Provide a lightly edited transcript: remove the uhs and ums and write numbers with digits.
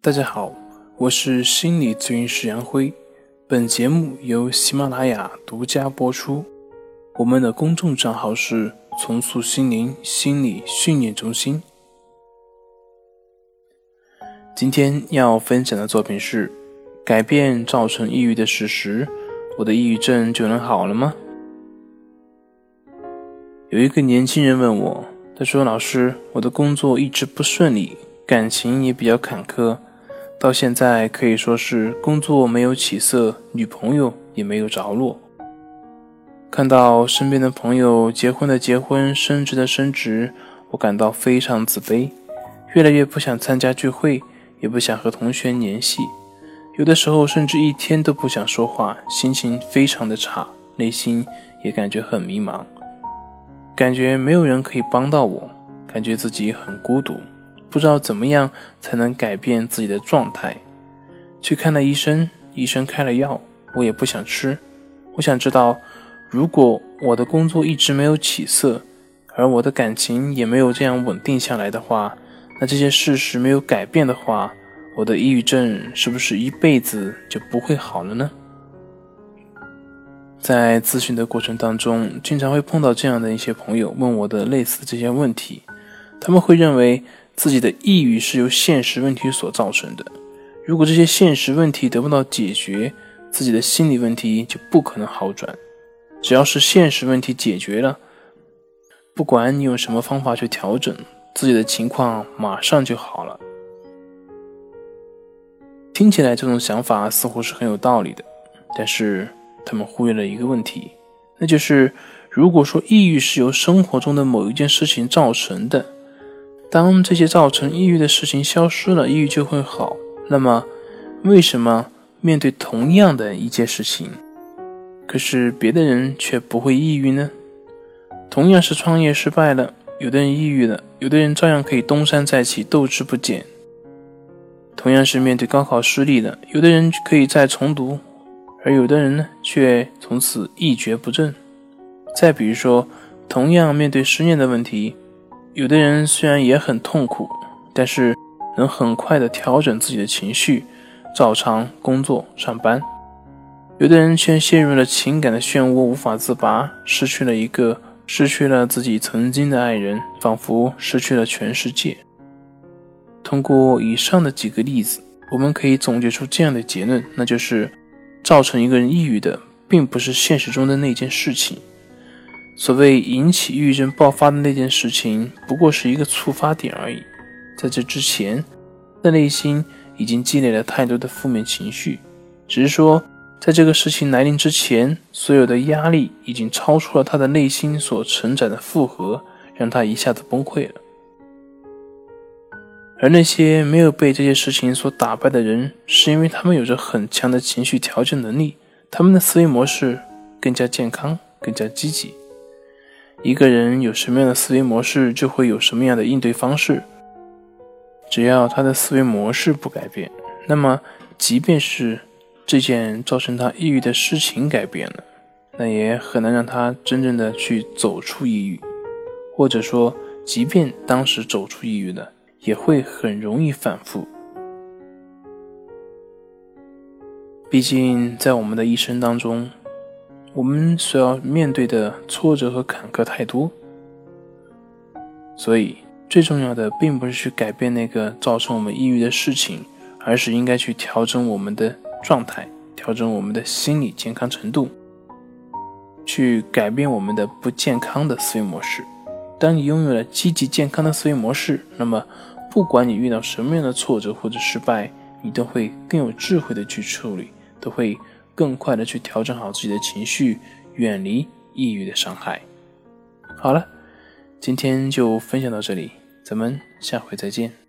大家好，我是心理咨询师杨辉，本节目由喜马拉雅独家播出。我们的公众账号是重塑心灵心理训练中心。今天要分享的作品是改变造成抑郁的事实，我的抑郁症就能好了吗？有一个年轻人问我，他说，老师，我的工作一直不顺利，感情也比较坎坷，到现在可以说是工作没有起色，女朋友也没有着落。看到身边的朋友结婚的结婚，升职的升职，我感到非常自卑，越来越不想参加聚会，也不想和同学联系，有的时候甚至一天都不想说话，心情非常的差，内心也感觉很迷茫，感觉没有人可以帮到我，感觉自己很孤独，不知道怎么样才能改变自己的状态。去看了医生，医生开了药，我也不想吃。我想知道，如果我的工作一直没有起色，而我的感情也没有这样稳定下来的话，那这些事实没有改变的话，我的抑郁症是不是一辈子就不会好了呢？在咨询的过程当中，经常会碰到这样的一些朋友问我的类似这些问题，他们会认为自己的抑郁是由现实问题所造成的，如果这些现实问题得不到解决，自己的心理问题就不可能好转。只要是现实问题解决了，不管你用什么方法去调整，自己的情况马上就好了。听起来这种想法似乎是很有道理的，但是他们忽略了一个问题，那就是如果说抑郁是由生活中的某一件事情造成的，当这些造成抑郁的事情消失了，抑郁就会好。那么为什么面对同样的一件事情，可是别的人却不会抑郁呢？同样是创业失败了，有的人抑郁了，有的人照样可以东山再起，斗志不减。同样是面对高考失利了，有的人可以再重读，而有的人呢，却从此一蹶不振。再比如说，同样面对失恋的问题，有的人虽然也很痛苦，但是能很快地调整自己的情绪，照常工作上班。有的人却陷入了情感的漩涡无法自拔，失去了自己曾经的爱人，仿佛失去了全世界。通过以上的几个例子，我们可以总结出这样的结论，那就是造成一个人抑郁的并不是现实中的那件事情，所谓引起抑郁症爆发的那件事情不过是一个触发点而已，在这之前他的内心已经积累了太多的负面情绪，只是说在这个事情来临之前，所有的压力已经超出了他的内心所承载的负荷，让他一下子崩溃了。而那些没有被这些事情所打败的人，是因为他们有着很强的情绪调节能力，他们的思维模式更加健康，更加积极。一个人有什么样的思维模式，就会有什么样的应对方式。只要他的思维模式不改变，那么即便是这件造成他抑郁的事情改变了，那也很难让他真正的去走出抑郁，或者说即便当时走出抑郁了，也会很容易反复。毕竟在我们的一生当中，我们所要面对的挫折和坎坷太多，所以最重要的并不是去改变那个造成我们抑郁的事情，而是应该去调整我们的状态，调整我们的心理健康程度，去改变我们的不健康的思维模式。当你拥有了积极健康的思维模式，那么不管你遇到什么样的挫折或者失败，你都会更有智慧的去处理，都会更快的去调整好自己的情绪，远离抑郁的伤害。好了，今天就分享到这里，咱们下回再见。